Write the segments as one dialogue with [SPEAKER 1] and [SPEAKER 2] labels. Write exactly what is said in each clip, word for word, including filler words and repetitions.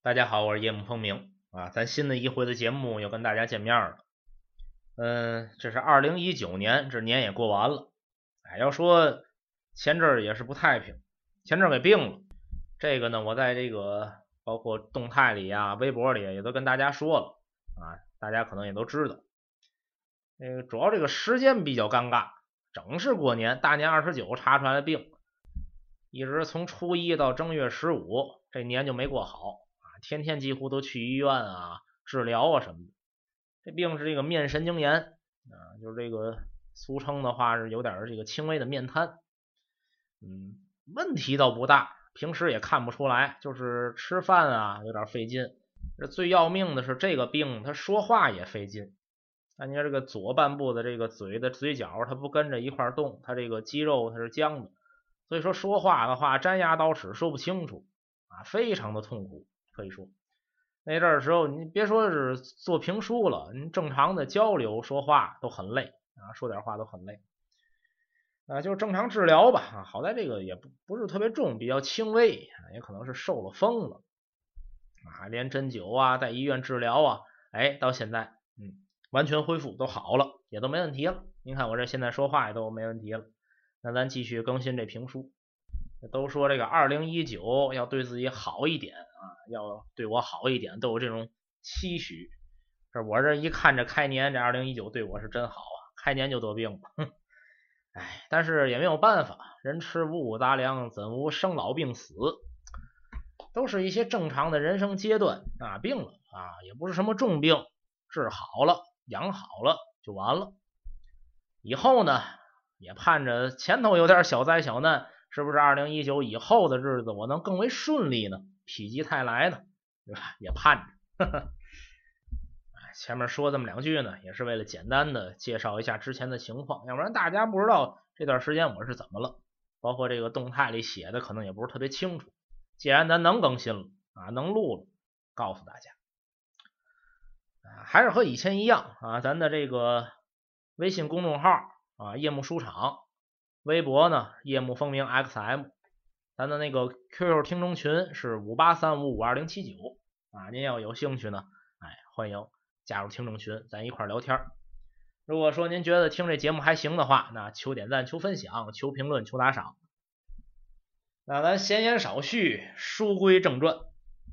[SPEAKER 1] 大家好，我是叶幕风明啊，咱新的一回的节目又跟大家见面了。嗯，这是二零一九年，这年也过完了。哎，要说前阵儿也是不太平，前阵儿给病了。这个呢，我在这个包括动态里啊、微博里也都跟大家说了啊，大家可能也都知道。那个主要这个时间比较尴尬，正是过年，大年二十九查出来的病，一直从初一到正月十五，这年就没过好。天天几乎都去医院啊治疗啊什么的。这病是这个面神经炎啊，就是这个俗称的话是有点这个轻微的面瘫。嗯，问题倒不大，平时也看不出来，就是吃饭啊有点费劲。这最要命的是这个病他说话也费劲。那你看这个左半部的这个嘴的嘴角它不跟着一块动，它这个肌肉它是僵的，所以说说话的话粘牙倒齿说不清楚啊，非常的痛苦。可以说那阵儿的时候，你别说是做评书了，你正常的交流说话都很累啊，说点话都很累啊，就是正常治疗吧啊，好在这个也不不是特别重，比较轻微啊，也可能是受了风了啊，连针灸啊，在医院治疗啊，哎，到现在嗯完全恢复都好了，也都没问题了。您看我这现在说话也都没问题了，那咱继续更新这评书。都说这个二零一九要对自己好一点啊，要对我好一点，都有这种期许。这我这一看这开年，这二零一九对我是真好啊，开年就得病了，哼，哎，但是也没有办法，人吃五谷杂粮，怎无生老病死，都是一些正常的人生阶段啊，病了啊，也不是什么重病，治好了，养好了就完了。以后呢，也盼着前头有点小灾小难。是不是二零一九以后的日子我能更为顺利呢？否极泰来呢？对吧？也盼着。呵呵前面说这么两句呢，也是为了简单的介绍一下之前的情况，要不然大家不知道这段时间我是怎么了，包括这个动态里写的可能也不是特别清楚。既然咱能更新了啊，能录了，告诉大家啊，还是和以前一样啊，咱的这个微信公众号啊，夜幕书场。微博呢，夜幕风鸣 X M， 咱的那个 Q Q 听众群是五八三五五二零七九啊，您要有兴趣呢，哎，欢迎加入听众群，咱一块聊天。如果说您觉得听这节目还行的话，那求点赞、求分享、求评论、求打赏。那咱闲言少叙，书归正传。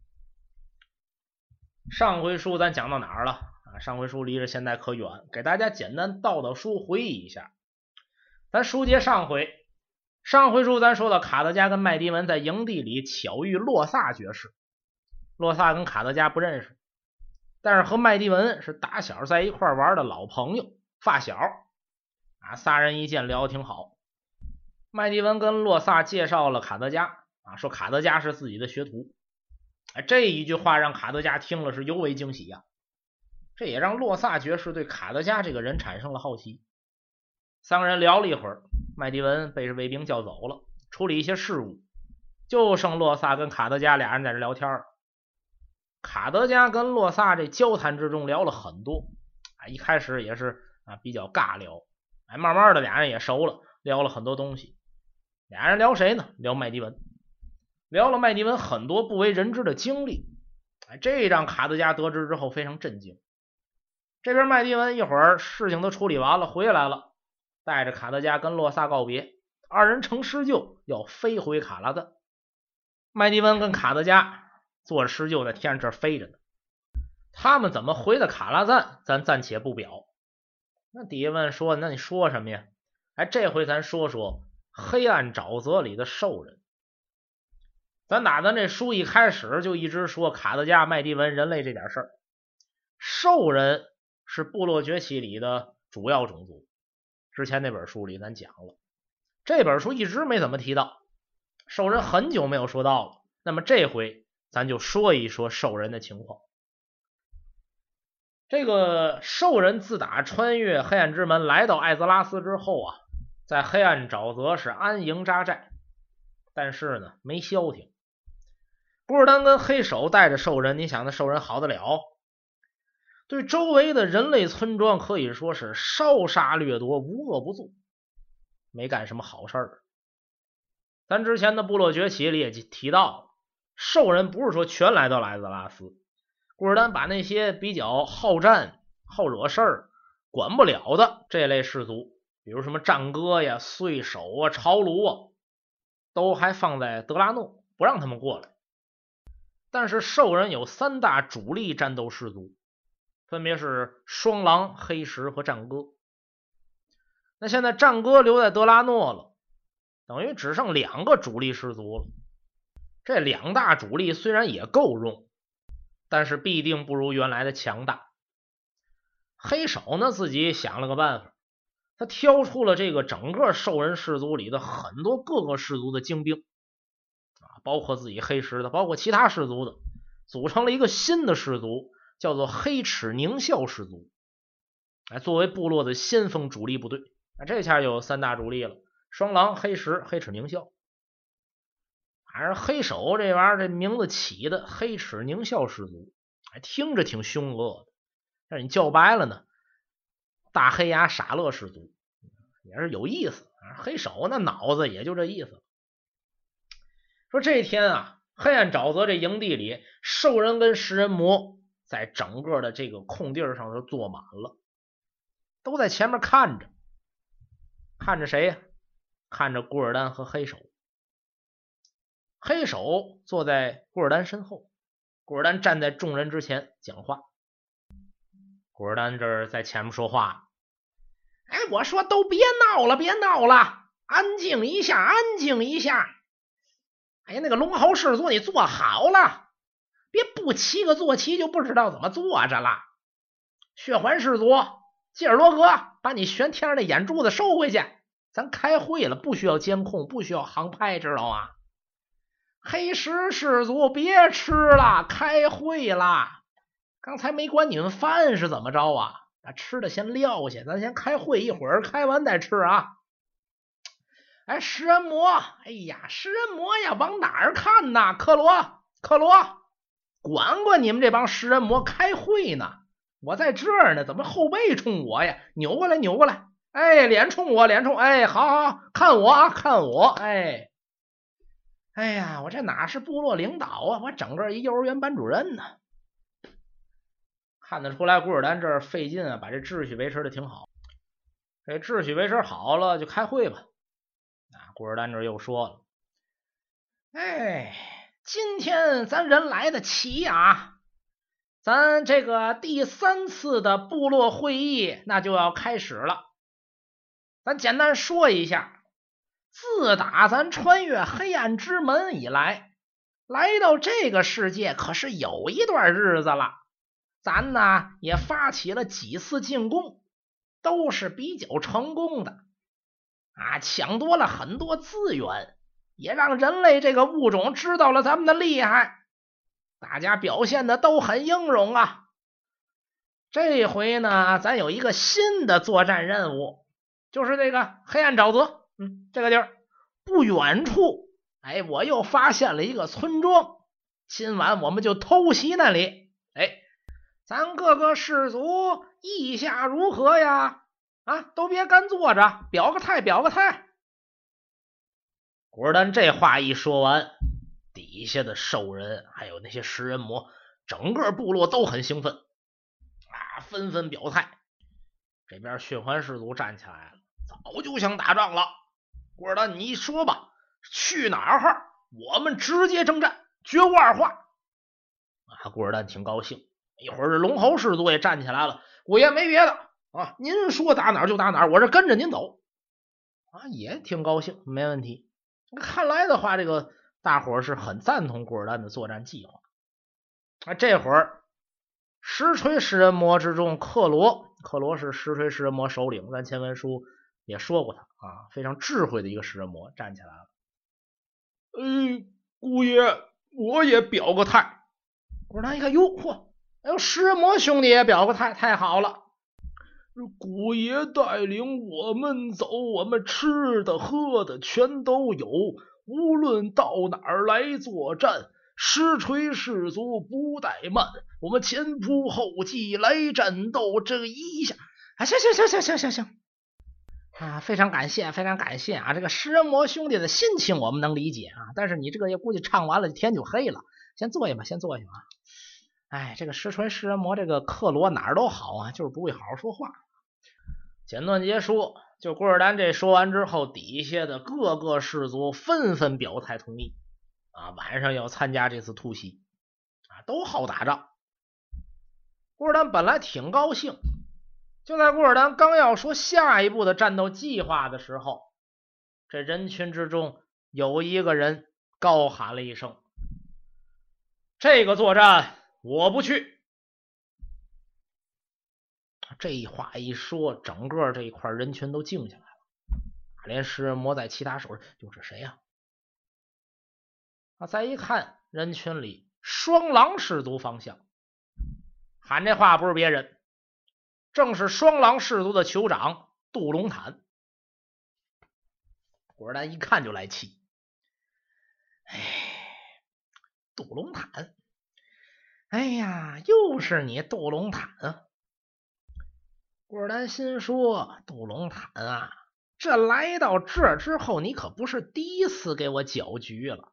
[SPEAKER 1] 上回书咱讲到哪儿了啊？上回书离着现在可远，给大家简单道道书回忆一下。咱书接上回，上回书咱说到卡德加跟麦迪文在营地里巧遇洛萨爵士。洛萨跟卡德加不认识，但是和麦迪文是打小在一块玩的老朋友发小啊，仨人一见聊得挺好。麦迪文跟洛萨介绍了卡德加啊，说卡德加是自己的学徒。哎，这一句话让卡德加听了是尤为惊喜呀、啊，这也让洛萨爵士对卡德加这个人产生了好奇。三个人聊了一会儿，麦迪文被卫兵叫走了，处理一些事务，就剩洛萨跟卡德加俩人在这聊天。卡德加跟洛萨这交谈之中聊了很多啊，一开始也是啊比较尬聊，哎，慢慢的俩人也熟了，聊了很多东西。俩人聊谁呢？聊麦迪文，聊了麦迪文很多不为人知的经历，哎，这让卡德加得知之后非常震惊。这边麦迪文一会儿事情都处理完了，回来了。带着卡德加跟洛萨告别，二人乘狮鹫要飞回卡拉赞。麦迪文跟卡德加坐着狮鹫在天上这飞着呢。他们怎么回的卡拉赞，咱暂且不表。那底下问说，那你说什么呀？哎，这回咱说说黑暗沼泽里的兽人。咱打咱这书一开始就一直说卡德加、麦迪文、人类这点事儿。兽人是部落崛起里的主要种族。之前那本书里咱讲了，这本书一直没怎么提到，兽人很久没有说到了，那么这回咱就说一说兽人的情况。这个兽人自打穿越黑暗之门来到艾泽拉斯之后啊，在黑暗沼泽是安营扎寨，但是呢没消停。布尔丹跟黑手带着兽人，你想那兽人好得了，对周围的人类村庄可以说是烧杀掠夺，无恶不作，没干什么好事儿。咱之前的部落崛起里也提到， 兽人不是说全来到莱兹拉斯，古尔丹把那些比较好战、好惹事儿、管不了的这类氏族，比如什么战歌呀、岁首啊、朝卢啊，都还放在德拉诺，不让他们过来。但是兽人有三大主力战斗氏族，分别是双狼、黑石和战歌。那现在战歌留在德拉诺了，等于只剩两个主力氏族了。这两大主力虽然也够用，但是必定不如原来的强大。黑手呢自己想了个办法，他挑出了这个整个兽人氏族里的很多各个氏族的精兵，包括自己黑石的，包括其他氏族的，组成了一个新的氏族，叫做黑齿狞笑氏族，作为部落的先锋主力部队。这下有三大主力了，双狼、黑石、黑齿狞笑。还是黑手这玩意儿，这名字起的黑齿狞笑氏族，听着挺凶恶的，但是你叫白了呢，大黑牙傻乐氏族也是有意思。黑手那脑子也就这意思。说这天啊，黑暗沼泽这营地里，兽人跟食人魔在整个的这个空地上就坐满了，都在前面看着。看着谁呀？看着古尔丹和黑手。黑手坐在古尔丹身后，古尔丹站在众人之前讲话。古尔丹这儿在前面说话，哎，我说都别闹了，别闹了，安静一下，安静一下。哎，那个龙侯氏族你做好了，别不齐个坐骑就不知道怎么坐着了。血环氏族，基尔罗格，把你悬天的眼珠子收回去，咱开会了，不需要监控，不需要航拍，知道吗？黑石氏族别吃了，开会了。刚才没管你们饭是怎么着啊？把吃的先撂下，咱先开会，一会儿开完再吃啊。哎，食人魔，哎呀，食人魔呀，往哪儿看呢？克罗，克罗，管管你们这帮食人魔，开会呢。我在这儿呢，怎么后背冲我呀？扭过来，扭过来。哎，脸冲我，脸冲，哎，好好好，看我啊，看我，哎，哎呀，我这哪是部落领导啊，我整个一幼儿园班主任呢。看得出来，古尔丹这儿费劲啊，把这秩序维持的挺好。这秩序维持好了，就开会吧。啊，古尔丹这又说了，哎，今天咱人来的齐啊，咱这个第三次的部落会议那就要开始了。咱简单说一下，自打咱穿越黑暗之门以来，来到这个世界可是有一段日子了。咱呢也发起了几次进攻，都是比较成功的啊，抢夺了很多资源，也让人类这个物种知道了咱们的厉害，大家表现的都很英勇啊。这回呢，咱有一个新的作战任务，就是这个黑暗沼泽，嗯，这个地儿不远处，哎，我又发现了一个村庄，今晚我们就偷袭那里。哎，咱各个氏族意下如何呀？啊，都别干坐着，表个态，表个态。古尔丹这话一说完，底下的兽人还有那些食人魔，整个部落都很兴奋啊，纷纷表态。这边血环氏族站起来了，早就想打仗了。古尔丹，你说吧，去哪儿？我们直接征战，绝无二话。啊，古尔丹挺高兴。一会儿龙侯氏族也站起来了，我也没别的啊，您说打哪儿就打哪儿，我这跟着您走啊，也挺高兴，没问题。看来的话，这个大伙是很赞同古尔丹的作战计划啊。这会儿石锤食人魔之中，克罗，克罗是石锤食人魔首领，咱前文书也说过他啊，非常智慧的一个食人魔，站起来了。嗯，姑爷，我也表个态。古尔丹一看，哟嚯！哎呦，食人魔兄弟也表个态，太好了！姑爷带领我们走，我们吃的喝的全都有，无论到哪儿来作战，石锤氏族不怠慢，我们前仆后继来战斗，这一下，啊，行行行行行行行，啊，非常感谢，非常感谢啊！这个食人魔兄弟的心情我们能理解啊，但是你这个也估计唱完了天就黑了。 先坐下吧，先坐下吧。哎，这个石锤石人魔这个克罗哪儿都好啊，就是不会好好说话。简短结束，就古尔丹这说完之后，底下的各个氏族纷纷表态同意啊，晚上要参加这次突袭啊，都好打仗。古尔丹本来挺高兴，就在古尔丹刚要说下一步的战斗计划的时候，这人群之中有一个人高喊了一声：“这个作战我不去。”这话一说，整个这一块人群都静下来了，连食人魔在其他手上，又是谁呀、啊？再一看，人群里双狼氏族方向喊这话不是别人，正是双狼氏族的酋长杜隆坦。古尔丹一看就来气，哎，杜隆坦，哎呀，又是你杜隆坦啊！古尔丹心说，杜隆坦啊，这来到这之后，你可不是第一次给我搅局了。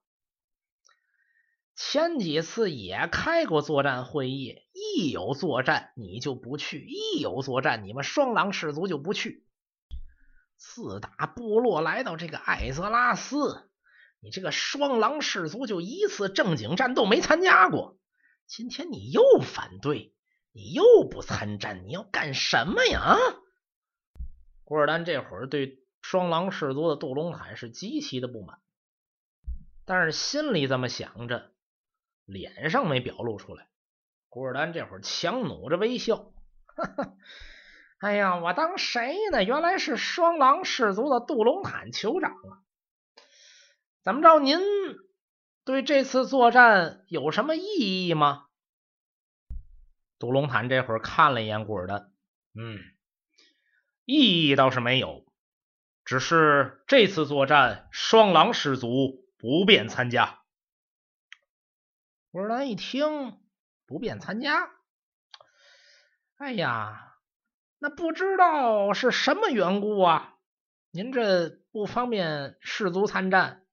[SPEAKER 1] 前几次也开过作战会议，一有作战你就不去，一有作战你们双狼氏族就不去。自打部落来到这个艾泽拉斯，你这个双狼氏族就一次正经战斗没参加过，今天你又反对，你又不参战，你要干什么呀？古尔丹这会儿对双狼氏族的杜隆坦是极其的不满，但是心里这么想着，脸上没表露出来。古尔丹这会儿强弩着微笑，哈哈，哎呀，我当谁呢？原来是双狼氏族的杜隆坦酋长啊！怎么着，您对这次作战有什么异议吗？杜隆坦这会儿看了一眼古尔丹，嗯，异议倒是没有，只是这次作战双狼氏族不便参加。古尔丹一听不便参加，哎呀，那不知道是什么缘故啊？您这不方便氏族参战？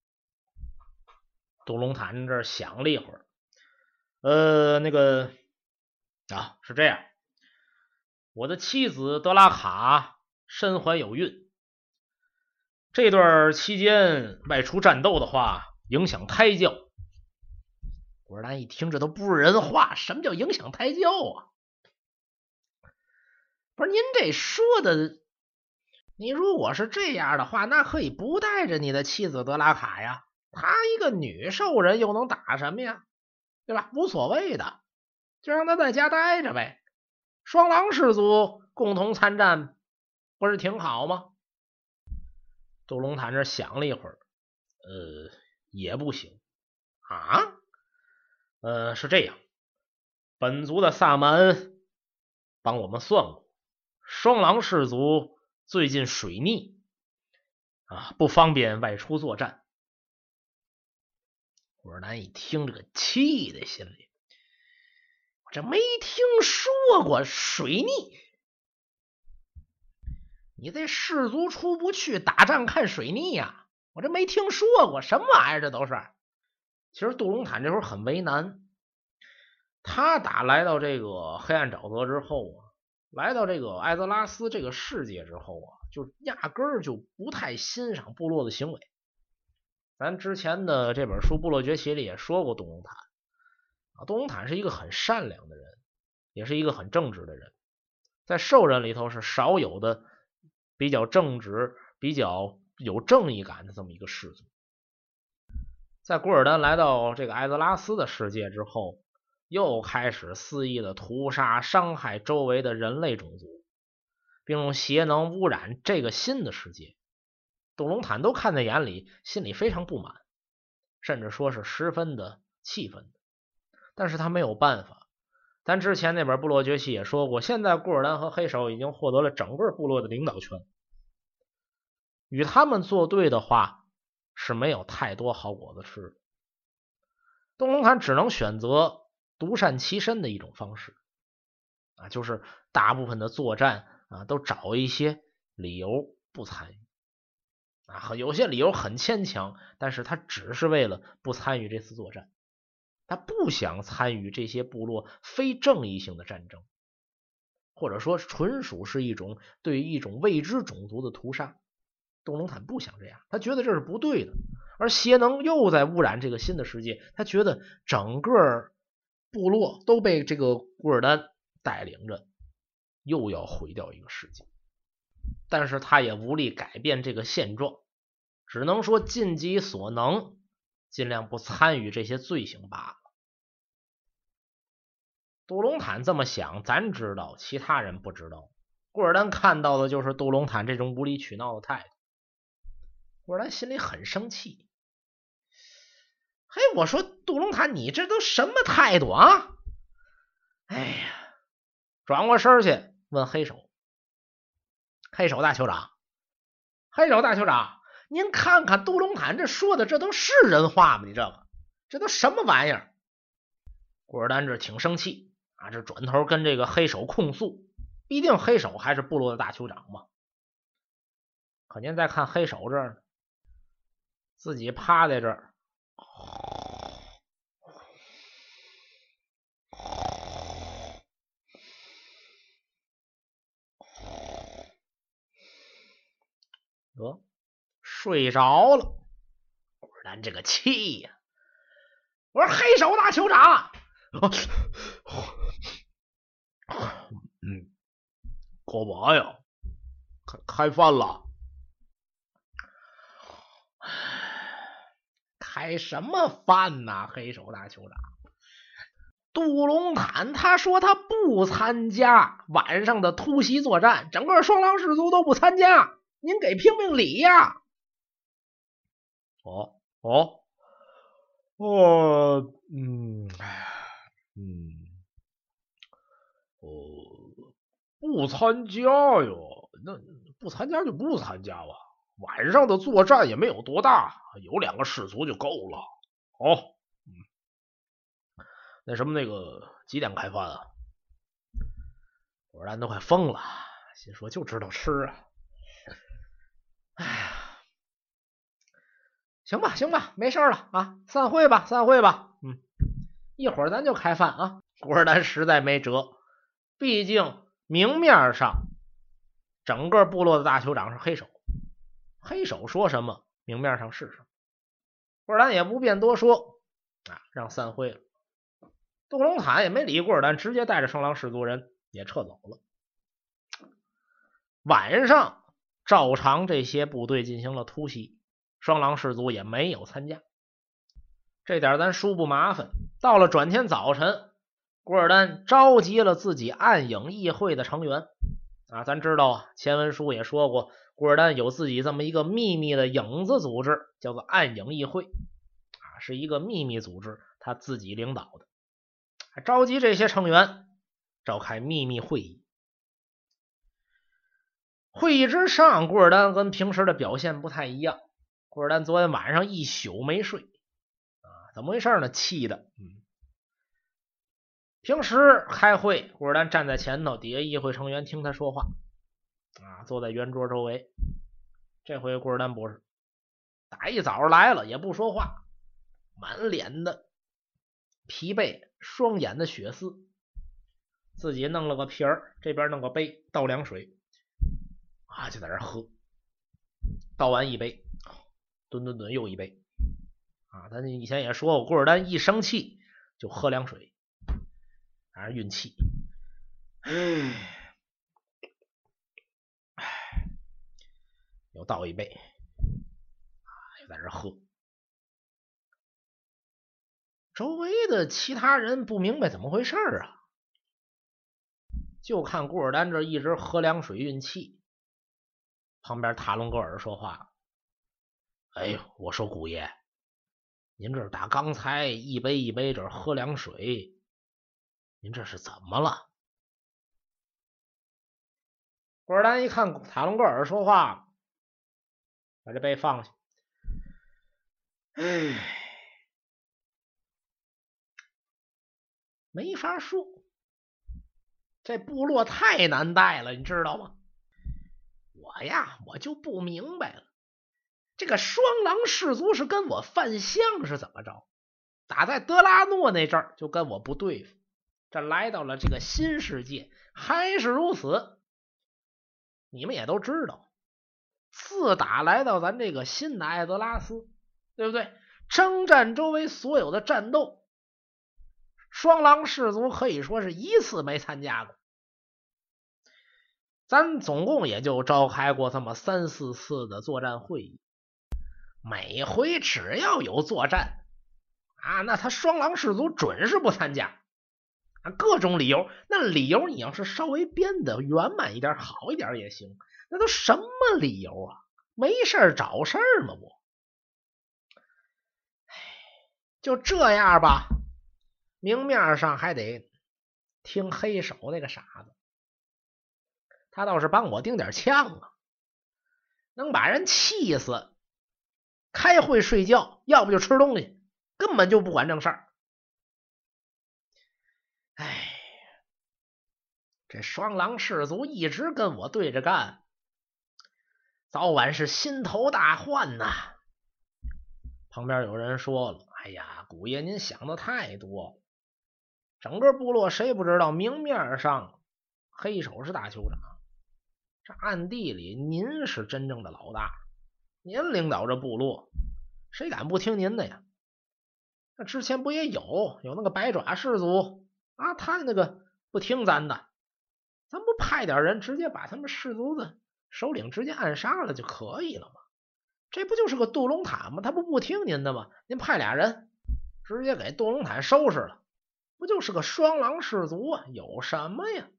[SPEAKER 1] 杜隆坦这想了一会儿，呃，那个啊，是这样，我的妻子德拉卡身怀有孕，这段期间外出战斗的话，影响胎教。古尔丹一听，这都不是人话，什么叫影响胎教啊？不是您这说的，你如果是这样的话，那可以不带着你的妻子德拉卡呀，她一个女兽人又能打什么呀？对吧？无所谓的，就让她在家待着呗。双狼氏族共同参战，不是挺好吗？杜隆坦这想了一会儿，呃，也不行啊。呃，是这样，本族的萨满恩帮我们算过，双狼氏族最近水逆啊，不方便外出作战。古尔丹一听，这个气的心里，我这没听说过水逆，你这氏族出不去打仗看水逆呀、啊？我这没听说过，什么玩意儿这都是。其实杜隆坦这会儿很为难，他打来到这个黑暗沼泽之后啊，来到这个艾泽拉斯这个世界之后啊，就压根儿就不太欣赏部落的行为。咱之前的这本书《部落崛起》里也说过杜隆坦啊，杜隆坦是一个很善良的人，也是一个很正直的人，在兽人里头是少有的比较正直、比较有正义感的这么一个氏族。在古尔丹来到这个艾泽拉斯的世界之后，又开始肆意的屠杀、伤害周围的人类种族，并用邪能污染这个新的世界。杜隆坦都看在眼里，心里非常不满，甚至说是十分的气愤的。但是他没有办法，咱之前那本部落崛起也说过，现在古尔丹和黑手已经获得了整个部落的领导权，与他们作对的话是没有太多好果子吃的。杜隆坦只能选择独善其身的一种方式啊，就是大部分的作战啊都找一些理由不参与啊，有些理由很牵强，但是他只是为了不参与这次作战。 他不想参与这些部落非正义性的战争，或者说纯属是一种对于一种未知种族的屠杀。杜隆坦不想这样，他觉得这是不对的。而邪能又在污染这个新的世界，他觉得整个部落都被这个古尔丹带领着，又要毁掉一个世界。但是他也无力改变这个现状，只能说尽己所能，尽量不参与这些罪行罢了。杜隆坦这么想，咱知道，其他人不知道。古尔丹看到的就是杜隆坦这种无理取闹的态度。古尔丹心里很生气。嘿，我说杜隆坦，你这都什么态度啊？哎呀，转过身去问黑手。黑手大酋长，黑手大酋长，您看看杜隆坦这说的，这都是人话吗？你这个，这都什么玩意儿？古尔丹这挺生气啊，这转头跟这个黑手控诉，毕竟黑手还是部落的大酋长嘛。可您再看黑手这儿，自己趴在这儿，得睡着了。古尔丹这个气呀、啊！我说黑手大酋长，嗯，干嘛呀？开开饭了？开什么饭呐、啊？黑手大酋长，杜隆坦他说他不参加晚上的突袭作战，整个双狼氏族都不参加，您给评评理呀！哦哦哦，嗯嗯，哦，不参加哟，那不参加就不参加吧。晚上的作战也没有多大，有两个氏族就够了。哦，嗯，那什么，那个几点开饭啊？果然都快疯了，心说就知道吃啊。哎呀，行吧行吧，没事了啊，散会吧散会吧。嗯，一会儿咱就开饭啊。古尔丹实在没辙，毕竟明面上整个部落的大酋长是黑手，黑手说什么明面上是什么。古尔丹也不便多说啊，让散会了。杜隆坦也没理古尔丹，直接带着双狼氏族人也撤走了。晚上照常这些部队进行了突袭，双狼氏族也没有参加，这点咱叔不麻烦。到了转天早晨，古尔丹召集了自己暗影议会的成员啊，咱知道啊，前文书也说过，古尔丹有自己这么一个秘密的影子组织，叫做暗影议会啊，是一个秘密组织，他自己领导的。召集这些成员召开秘密会议。会议之上，古尔丹跟平时的表现不太一样。古尔丹昨天晚上一宿没睡啊，怎么回事呢？气的，嗯。平时开会，古尔丹站在前头，底下议会成员听他说话啊，坐在圆桌周围。这回古尔丹不是，打一早来了也不说话，满脸的疲惫，双眼的血丝，自己弄了个瓶儿，这边弄个杯，倒凉水啊，就在这喝。倒完一杯，吨吨吨又一杯啊！咱以前也说过，古尔丹一生气就喝凉水，还是运气。唉，又倒一杯啊，又在这喝。周围的其他人不明白怎么回事啊，就看古尔丹这一直喝凉水运气。旁边塔隆格尔说话：“哎呦，我说古爷，您这打刚才一杯一杯这喝凉水，您这是怎么了？”古尔丹一看塔隆格尔说话，把这杯放下。唉，没法说，这部落太难带了，你知道吗？我呀，我就不明白了，这个双狼氏族是跟我犯相是怎么着？ 打在德拉诺那阵儿就跟我不对付，这来到了这个新世界还是如此。你们也都知道，自打来到咱这个新的艾泽拉斯，对不对？征战周围所有的战斗，双狼氏族可以说是一次没参加过。咱总共也就召开过这么三四次的作战会议，每回只要有作战啊，那他双狼氏族准是不参加啊，各种理由。那理由你要是稍微编的圆满一点好一点也行，那都什么理由啊？没事找事儿吗？我就这样吧，明面上还得听黑手那个傻子，他倒是帮我顶点呛啊，能把人气死。开会睡觉，要不就吃东西，根本就不管正事儿。哎，这双狼氏族一直跟我对着干，早晚是心头大患呐。旁边有人说了，哎呀，古爷您想的太多了，整个部落谁不知道明面上黑手是大酋长，这暗地里您是真正的老大，您领导着部落，谁敢不听您的呀？那之前不也有有那个百爪氏族啊，他那个不听咱的，咱不派点人直接把他们氏族的首领直接暗杀了就可以了吗？这不就是个杜隆坦吗？他不不听您的吗？您派俩人直接给杜隆坦收拾了，不就是个双狼氏族啊？有什么呀？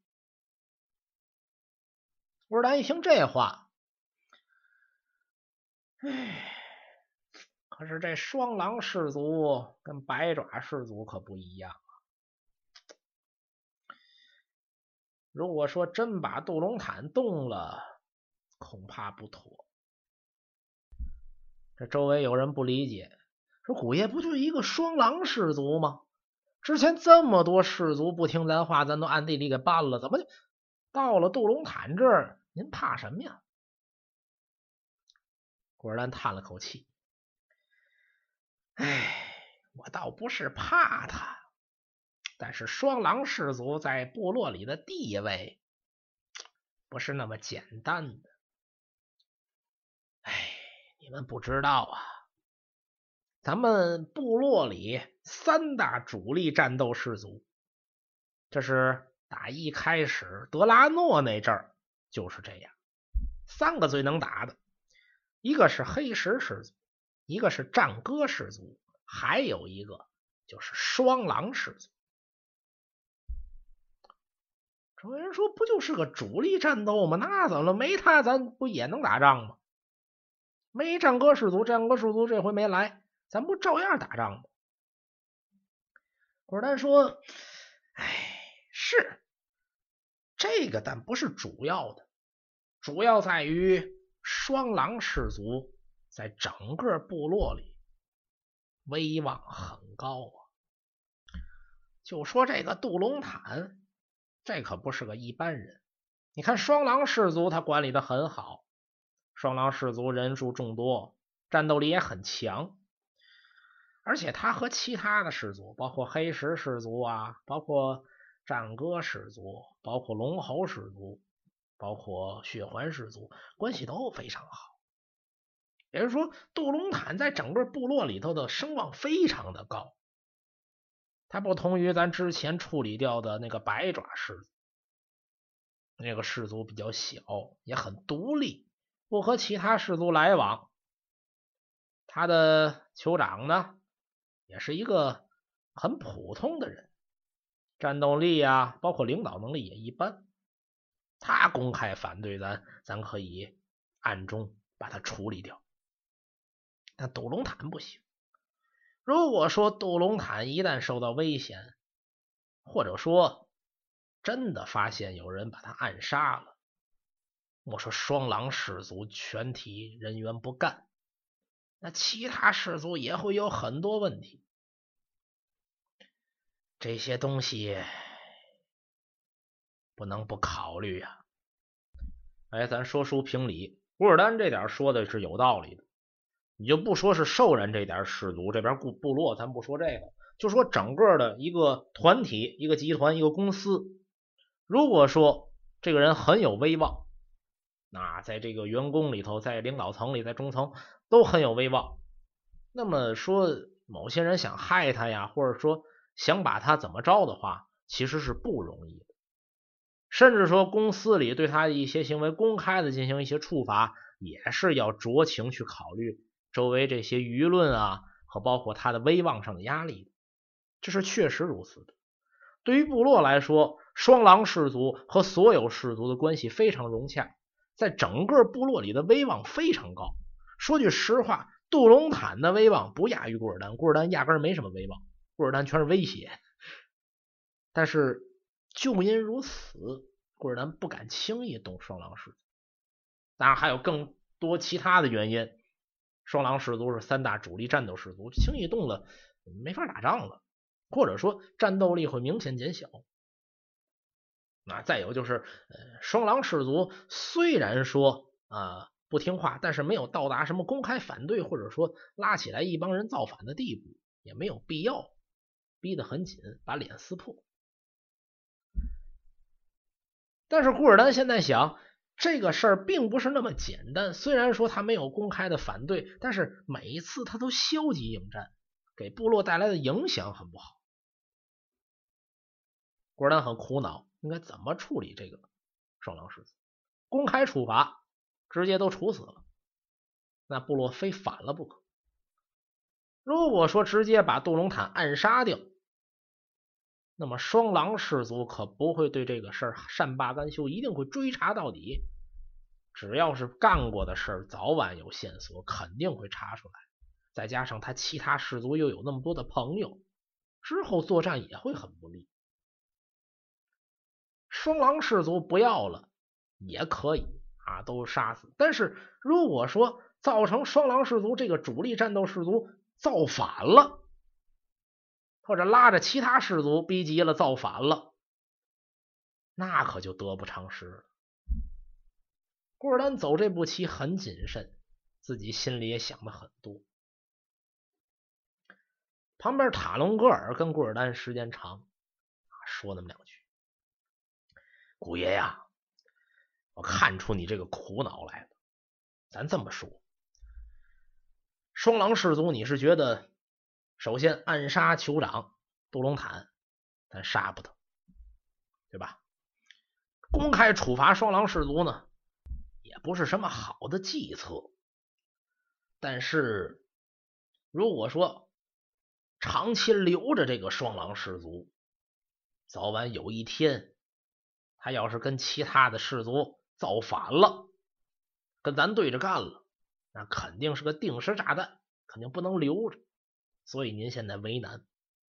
[SPEAKER 1] 乌尔丹一听这话，唉，可是这双狼氏族跟百爪氏族可不一样啊。如果说真把杜隆坦动了，恐怕不妥。这周围有人不理解，说古爷不就一个双狼氏族吗？之前这么多氏族不听咱话，咱都暗地里给办了，怎么到了杜隆坦这儿，您怕什么呀？古尔丹叹了口气，唉，我倒不是怕他，但是双狼氏族在部落里的地位不是那么简单的。唉，你们不知道啊，咱们部落里三大主力战斗氏族，这是打一开始德拉诺那阵儿就是这样，三个最能打的，一个是黑石氏族，一个是战歌氏族，还有一个就是双狼氏族。有人说不就是个主力战斗吗？那怎么了？没他咱不也能打仗吗？没战歌氏族，战歌氏族这回没来，咱不照样打仗吗？古尔丹说，哎，是这个，但不是主要的，主要在于双狼氏族在整个部落里威望很高啊。就说这个杜隆坦，这可不是个一般人。你看双狼氏族他管理的很好，双狼氏族人数众多，战斗力也很强，而且他和其他的氏族，包括黑石氏族啊，包括战歌氏族，包括龙猴氏族，包括血环氏族，关系都非常好。也就是说，杜隆坦在整个部落里头的声望非常的高。他不同于咱之前处理掉的那个百爪氏族，那个氏族比较小，也很独立，不和其他氏族来往。他的酋长呢，也是一个很普通的人，战斗力啊，包括领导能力也一般。他公开反对咱，咱可以暗中把他处理掉。但杜隆坦不行。如果说杜隆坦一旦受到危险，或者说真的发现有人把他暗杀了，我说双狼氏族全体人员不干，那其他氏族也会有很多问题。这些东西不能不考虑呀、啊。哎，咱说书评理，古尔丹这点说的是有道理的。 你就不说是兽人这点氏族，这边部部落咱不说这个，就说整个的一个团体、一个集团、一个公司，如果说这个人很有威望，那在这个员工里头，在领导层里，在中层都很有威望，那么说某些人想害他呀，或者说想把他怎么着的话，其实是不容易的。甚至说公司里对他的一些行为公开的进行一些处罚，也是要酌情去考虑周围这些舆论啊，和包括他的威望上的压力，这是确实如此的。对于部落来说，双狼氏族和所有氏族的关系非常融洽，在整个部落里的威望非常高。说句实话，杜隆坦的威望不亚于古尔丹，古尔丹压根没什么威望，古尔丹全是威胁。但是就因如此，古尔丹不敢轻易动双狼氏族。当然还有更多其他的原因，双狼氏族是三大主力战斗氏族，轻易动了没法打仗了，或者说战斗力会明显减小。啊，再有就是，呃，双狼氏族虽然说啊、呃、不听话，但是没有到达什么公开反对或者说拉起来一帮人造反的地步，也没有必要逼得很紧，把脸撕破。但是古尔丹现在想，这个事儿并不是那么简单。虽然说他没有公开的反对，但是每一次他都消极应战，给部落带来的影响很不好。古尔丹很苦恼，应该怎么处理这个双狼氏族？公开处罚，直接都处死了，那部落非反了不可。如果说直接把杜隆坦暗杀掉，那么双狼氏族可不会对这个事儿善罢甘休，一定会追查到底。只要是干过的事儿，早晚有线索，肯定会查出来。再加上他其他氏族又有那么多的朋友，之后作战也会很不利。双狼氏族不要了也可以啊，都杀死。但是如果说造成双狼氏族这个主力战斗氏族造反了，或者拉着其他氏族逼急了造反了，那可就得不偿失了。古尔丹走这步棋很谨慎，自己心里也想的很多。旁边塔隆格尔跟古尔丹时间长，说那么两句：“古爷呀，我看出你这个苦恼来了。咱这么说，双狼氏族你是觉得，首先暗杀酋长杜隆坦，咱杀不得，对吧？公开处罚双狼氏族呢，也不是什么好的计策。但是如果说长期留着这个双狼氏族，早晚有一天他要是跟其他的氏族造反了，跟咱对着干了，那肯定是个定时炸弹，肯定不能留着。所以您现在为难。”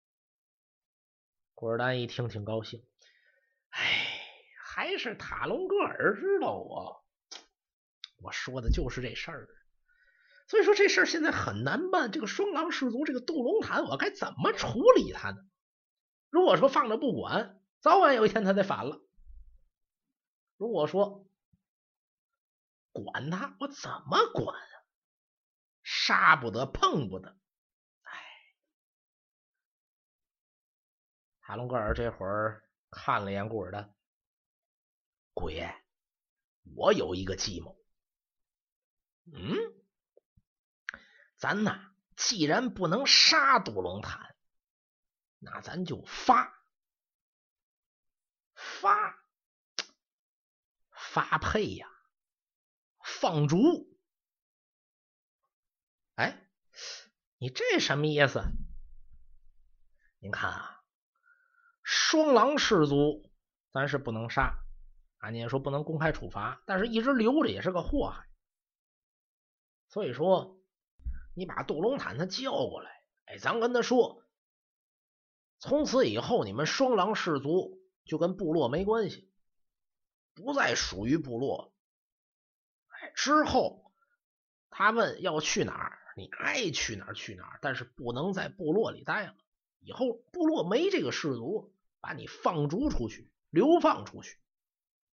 [SPEAKER 1] 古尔丹一听挺高兴，哎，还是塔隆格尔知道我，我说的就是这事儿。所以说这事儿现在很难办，这个双狼氏族这个杜隆坦我该怎么处理他呢？如果说放着不管，早晚有一天他得反了。如果说管他，我怎么管啊？杀不得，碰不得。哎，塔隆格尔这会儿看了一眼古尔丹，古爷，我有一个计谋。嗯，咱呐，既然不能杀杜隆坦，那咱就发发发配呀，放逐。哎，你这什么意思？您看啊，双狼氏族咱是不能杀啊，你也说不能公开处罚，但是一直留着也是个祸害。所以说，你把杜隆坦他叫过来，哎，咱跟他说，从此以后你们双狼氏族就跟部落没关系，不再属于部落。哎，之后他们要去哪儿，你爱去哪儿去哪儿，但是不能在部落里待了。以后部落没这个氏族，把你放逐出去，流放出去。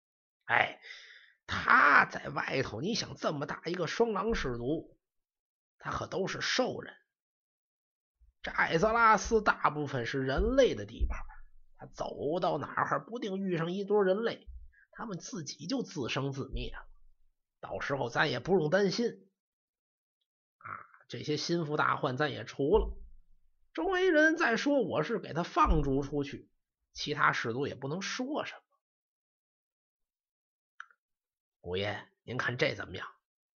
[SPEAKER 1] 哎，他在外头，你想这么大一个双狼氏族，
[SPEAKER 2] 他可都是兽人。这艾泽拉斯大部分是人类的地盘，他走到哪儿不定遇上一堆人类，他们自己就自生自灭了。到时候咱也不用担心啊，这些心腹大患咱也除了。周围人再说我是给他放逐出去，其他士卒也不能说什么。古爷，您看这怎么样？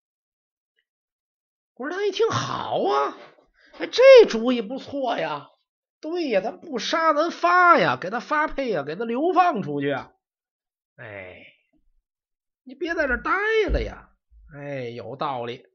[SPEAKER 2] 古尔丹一听，好啊，哎，这主意不错呀。对呀，咱不杀咱发呀，给他发配呀，给他流放出去啊。哎，你别在这待了呀。哎，有道理。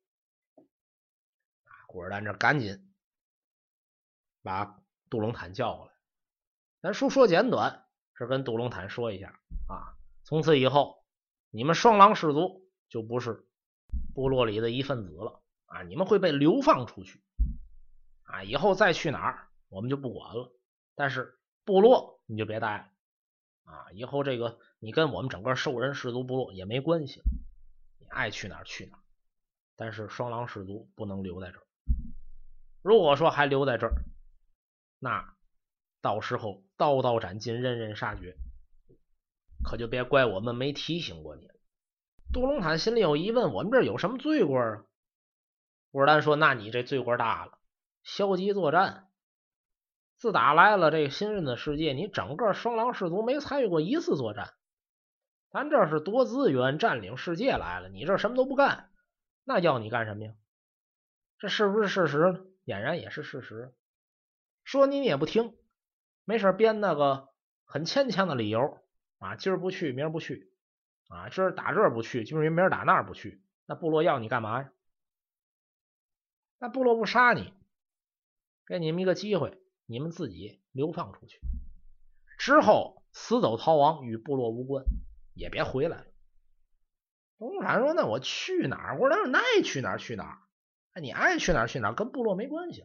[SPEAKER 2] 古尔丹这赶紧把杜隆坦叫过来。咱说说简短，是跟杜隆坦说一下啊，从此以后你们双狼氏族就不是部落里的一份子了啊，你们会被流放出去啊，以后再去哪儿我们就不管了，但是部落你就别待了啊，以后这个你跟我们整个兽人氏族部落也没关系，你爱去哪儿去哪儿，但是双狼氏族不能留在这儿。如果说还留在这儿，那到时候刀刀斩尽，人人杀绝，可就别怪我们没提醒过你了。杜隆坦心里有疑问，我们这有什么罪过啊？古尔丹说，那你这罪过大了，消极作战。自打来了这个新任的世界，你整个双狼氏族没参与过一次作战，咱这是夺资源占领世界来了，你这什么都不干，那要你干什么呀？这是不是事实呢？俨然也是事实。说你也不听，没事编那个很牵强的理由啊，今儿不去明儿不去啊，今儿打这儿不去，今儿明儿打那儿不去，那部落要你干嘛呀？那部落不杀你，给你们一个机会，你们自己流放出去，之后死走逃亡，与部落无关，也别回来了。东闪说，那我去哪儿？我说那爱去哪儿去哪儿，哎，你爱去哪儿去哪儿，跟部落没关系。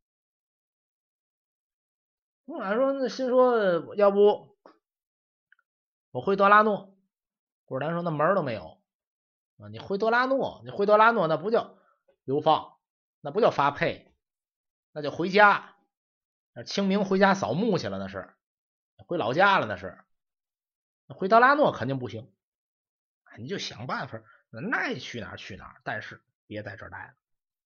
[SPEAKER 2] 东闪说，那心说，要不我回德拉诺。古尔丹说，那门都没有啊！你回德拉诺，你回德拉诺那不叫流放，那不叫发配，那就回家。清明回家扫墓去了，那是回老家了，那是回德拉诺肯定不行。你就想办法，那爱去哪儿去哪儿，但是别在这儿待了，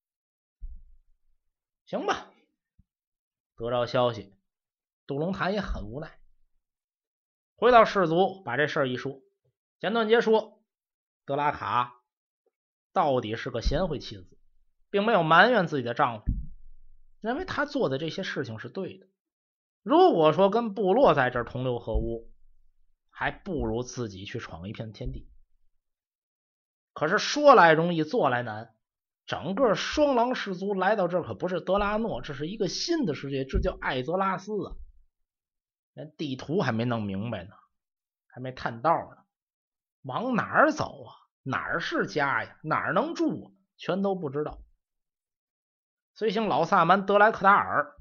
[SPEAKER 2] 行吧？得到消息，杜隆坦也很无奈，回到氏族把这事儿一说。简短截说，德拉卡到底是个贤惠妻子，并没有埋怨自己的丈夫，认为他做的这些事情是对的。如果说跟部落在这儿同流合污，还不如自己去闯一片天地。可是说来容易做来难，整个双狼氏族来到这儿可不是德拉诺，这是一个新的世界，这叫艾泽拉斯啊，连地图还没弄明白呢，还没探道呢，往哪儿走啊？哪儿是家呀？哪儿能住啊？全都不知道。随行老萨满德莱克达尔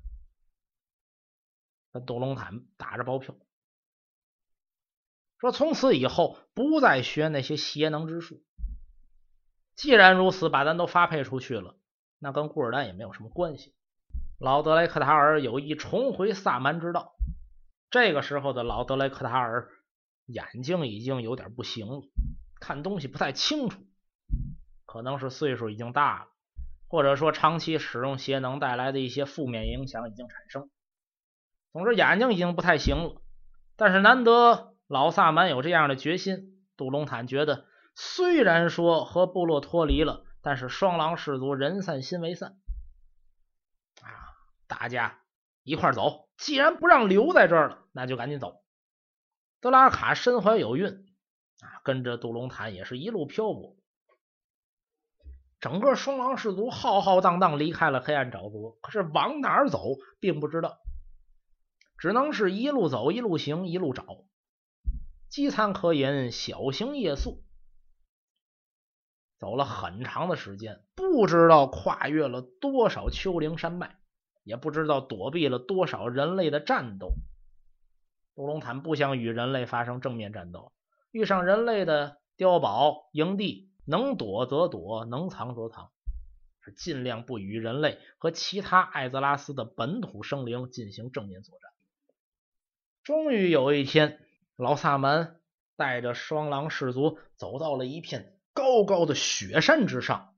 [SPEAKER 2] 跟杜隆坦打着包票，说从此以后不再学那些邪能之术。既然如此，把咱都发配出去了，那跟古尔丹也没有什么关系。老德雷克塔尔有意重回萨满之道。这个时候的老德雷克塔尔眼睛已经有点不行了，看东西不太清楚，可能是岁数已经大了，或者说长期使用邪能带来的一些负面影响已经产生。总之眼睛已经不太行了，但是难得老萨满有这样的决心，杜隆坦觉得虽然说和部落脱离了，但是双狼氏族人散心为散啊，大家一块走，既然不让留在这儿了，那就赶紧走。德拉卡身怀有孕啊，跟着杜隆坦也是一路漂泊。整个双狼氏族浩浩荡荡离开了黑暗沼泽，可是往哪儿走并不知道，只能是一路走一路行一路找，饥餐渴饮，小行夜宿，走了很长的时间，不知道跨越了多少丘陵山脉，也不知道躲避了多少人类的战斗。杜隆坦不想与人类发生正面战斗，遇上人类的碉堡营地，能躲则躲，能藏则藏， 是尽量不与人类和其他艾泽拉斯的本土生灵进行正面作战。终于有一天，老萨满带着双狼氏族走到了一片高高的雪山之上，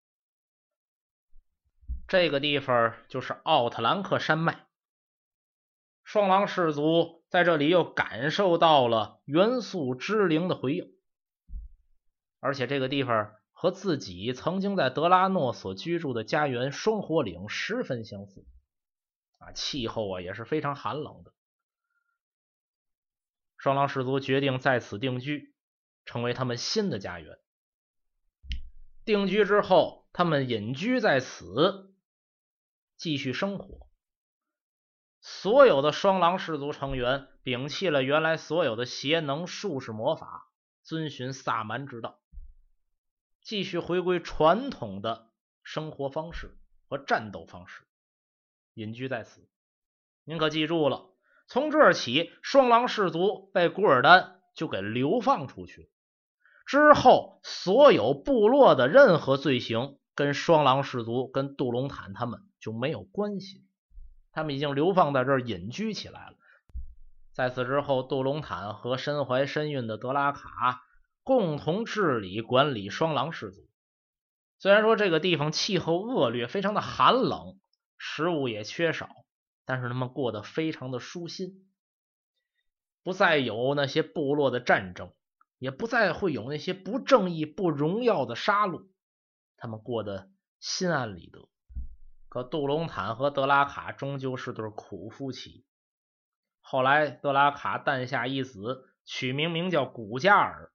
[SPEAKER 2] 这个地方就是奥特兰克山脉。双狼氏族在这里又感受到了元素之灵的回应，而且这个地方和自己曾经在德拉诺所居住的家园双火岭十分相似啊，气候啊也是非常寒冷的。双狼氏族决定在此定居，成为他们新的家园。定居之后，他们隐居在此，继续生活。所有的双狼氏族成员摒弃了原来所有的邪能、术士、魔法，遵循萨满之道，继续回归传统的生活方式和战斗方式，隐居在此。您可记住了，从这儿起，双狼氏族被古尔丹就给流放出去，之后所有部落的任何罪行跟双狼氏族跟杜隆坦他们就没有关系，他们已经流放在这儿隐居起来了。在此之后，杜隆坦和身怀身孕的德拉卡共同治理管理双狼氏族。虽然说这个地方气候恶劣，非常的寒冷，食物也缺少，但是他们过得非常的舒心，不再有那些部落的战争，也不再会有那些不正义不荣耀的杀戮，他们过得心安理得。可杜隆坦和德拉卡终究是对苦夫妻，后来德拉卡诞下一子，取名名叫古加尔。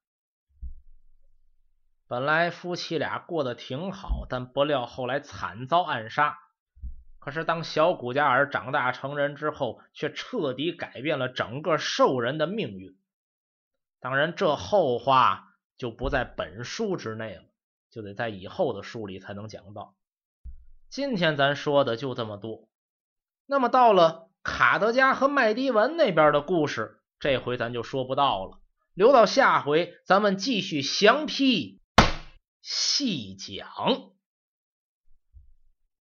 [SPEAKER 2] 本来夫妻俩过得挺好，但不料后来惨遭暗杀。可是当小古加尔长大成人之后，却彻底改变了整个兽人的命运。当然这后话就不在本书之内了，就得在以后的书里才能讲到。今天咱说的就这么多。那么到了卡德加和麦迪文那边的故事，这回咱就说不到了，留到下回咱们继续详批细讲。